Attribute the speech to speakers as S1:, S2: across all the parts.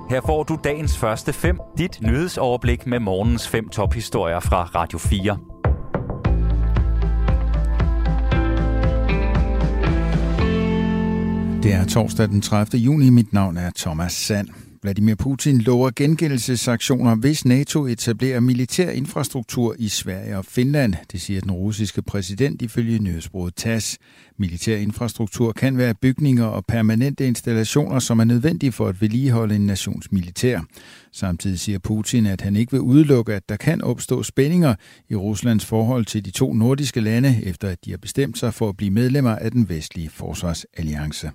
S1: Her får du dagens første 5, dit nyhedsoverblik med morgens 5 tophistorier fra Radio 4.
S2: Det er torsdag den 30. juni. Mit navn er Thomas Sand. Vladimir Putin lover gengældelsesaktioner, hvis NATO etablerer militær infrastruktur i Sverige og Finland. Det siger den russiske præsident ifølge nyhedsbureauet TASS. Militær infrastruktur kan være bygninger og permanente installationer, som er nødvendige for at vedligeholde en nations militær. Samtidig siger Putin, at han ikke vil udelukke, at der kan opstå spændinger i Ruslands forhold til de to nordiske lande, efter at de har bestemt sig for at blive medlemmer af den vestlige forsvarsalliance.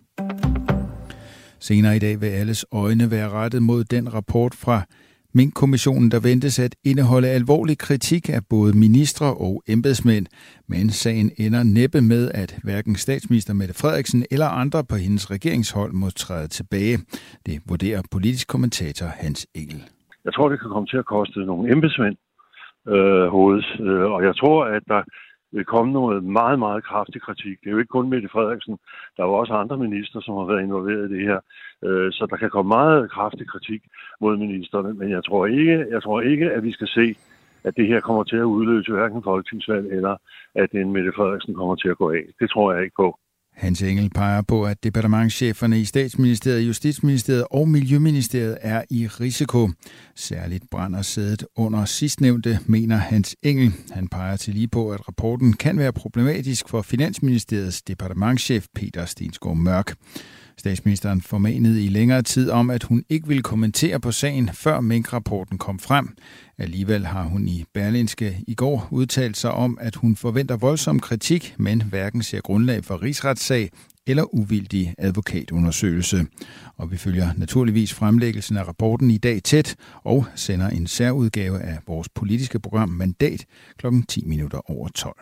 S2: Senere i dag vil alles øjne være rettet mod den rapport fra Mink-kommissionen, der ventes at indeholde alvorlig kritik af både ministre og embedsmænd. Men sagen ender næppe med, at hverken statsminister Mette Frederiksen eller andre på hendes regeringshold må træde tilbage. Det vurderer politisk kommentator Hans Engel.
S3: Jeg tror, det kan komme til at koste nogle embedsmænd hovedet, og jeg tror, at der vil komme noget meget, meget kraftig kritik. Det er jo ikke kun Mette Frederiksen. Der er jo også andre minister, som har været involveret i det her. Så der kan komme meget kraftig kritik mod ministerne. Men jeg tror ikke, at vi skal se, at det her kommer til at udløse hverken folketingsvalg, eller at en Mette Frederiksen kommer til at gå af. Det tror jeg ikke på.
S2: Hans Engel peger på, at departementscheferne i Statsministeriet, Justitsministeriet og Miljøministeriet er i risiko. Særligt brænder sædet under sidstnævnte, mener Hans Engel. Han peger til lige på, at rapporten kan være problematisk for Finansministeriets departementschef Peter Stensgaard Mørk. Statsministeren formanede i længere tid om, at hun ikke ville kommentere på sagen, før Mink-rapporten kom frem. Alligevel har hun i Berlingske i går udtalt sig om, at hun forventer voldsom kritik, men hverken ser grundlag for rigsretssag eller uvildig advokatundersøgelse. Og vi følger naturligvis fremlæggelsen af rapporten i dag tæt og sender en særudgave af vores politiske program Mandat kl. 12:10.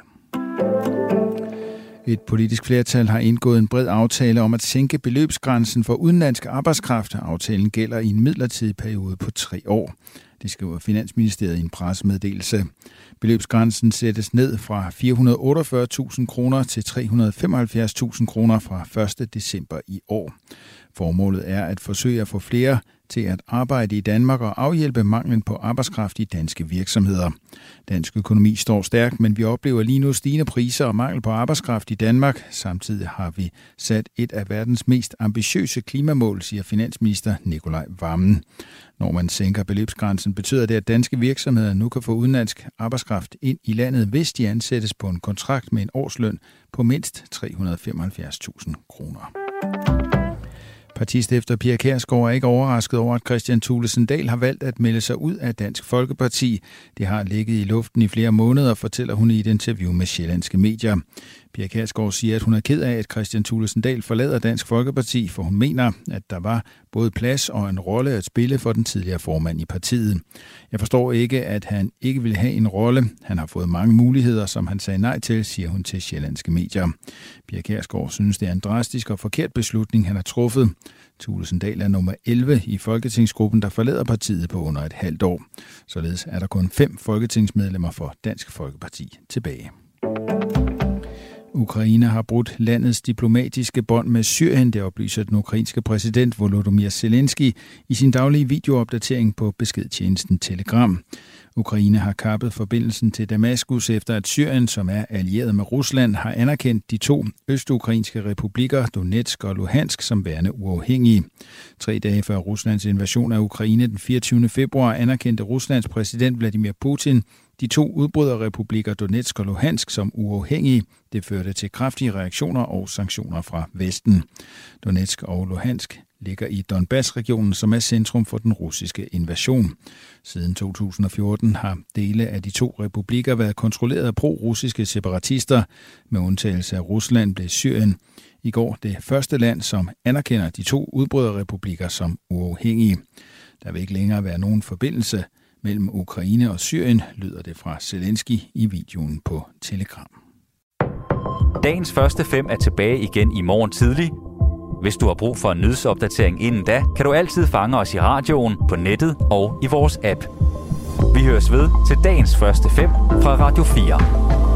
S2: Et politisk flertal har indgået en bred aftale om at sænke beløbsgrænsen for udenlandsk arbejdskraft. Aftalen gælder i en midlertidig periode på 3 år. Det skriver Finansministeriet i en pressemeddelelse. Beløbsgrænsen sættes ned fra 448.000 kroner til 375.000 kroner fra 1. december i år. Formålet er at forsøge at få flere til at arbejde i Danmark og afhjælpe manglen på arbejdskraft i danske virksomheder. Dansk økonomi står stærkt, men vi oplever lige nu stigende priser og mangel på arbejdskraft i Danmark. Samtidig har vi sat et af verdens mest ambitiøse klimamål, siger finansminister Nicolai Wammen. Når man sænker beløbsgrænsen, betyder det, at danske virksomheder nu kan få udenlandsk arbejdskraft ind i landet, hvis de ansættes på en kontrakt med en årsløn på mindst 375.000 kroner. Partistifter Pia Kjærsgaard er ikke overrasket over, at Kristian Thulesen Dahl har valgt at melde sig ud af Dansk Folkeparti. Det har ligget i luften i flere måneder, fortæller hun i et interview med Sjællandske Medier. Pia Kjærsgaard siger, at hun er ked af, at Kristian Thulesen Dahl forlader Dansk Folkeparti, for hun mener, at der var både plads og en rolle at spille for den tidligere formand i partiet. Jeg forstår ikke, at han ikke vil have en rolle. Han har fået mange muligheder, som han sagde nej til, siger hun til Sjællandske Medier. Pia Kjærsgaard synes, det er en drastisk og forkert beslutning, han har truffet. Thulesen Dahl er nummer 11 i folketingsgruppen, der forlader partiet på under et halvt år. Således er der kun 5 folketingsmedlemmer for Dansk Folkeparti tilbage. Ukraine har brudt landets diplomatiske bånd med Syrien, det oplyser den ukrainske præsident Volodymyr Zelensky i sin daglige videoopdatering på beskedtjenesten Telegram. Ukraine har kappet forbindelsen til Damaskus efter at Syrien, som er allieret med Rusland, har anerkendt de 2 østukrainske republikker, Donetsk og Luhansk, som værende uafhængige. 3 dage før Ruslands invasion af Ukraine den 24. februar anerkendte Ruslands præsident Vladimir Putin de 2 udbryderrepublikker Donetsk og Luhansk som uafhængige. Det førte til kraftige reaktioner og sanktioner fra Vesten. Donetsk og Luhansk ligger i Donbass-regionen, som er centrum for den russiske invasion. Siden 2014 har dele af de 2 republikker været kontrolleret af pro-russiske separatister. Med undtagelse af Rusland blev Syrien i går det første land, som anerkender de 2 udbryderrepublikker som uafhængige. Der vil ikke længere være nogen forbindelse mellem Ukraine og Syrien, lyder det fra Zelensky i videoen på Telegram.
S1: Dagens første 5 er tilbage igen i morgen tidlig. Hvis du har brug for en nyhedsopdatering inden da, kan du altid fange os i radioen, på nettet og i vores app. Vi høres ved til dagens første 5 fra Radio 4.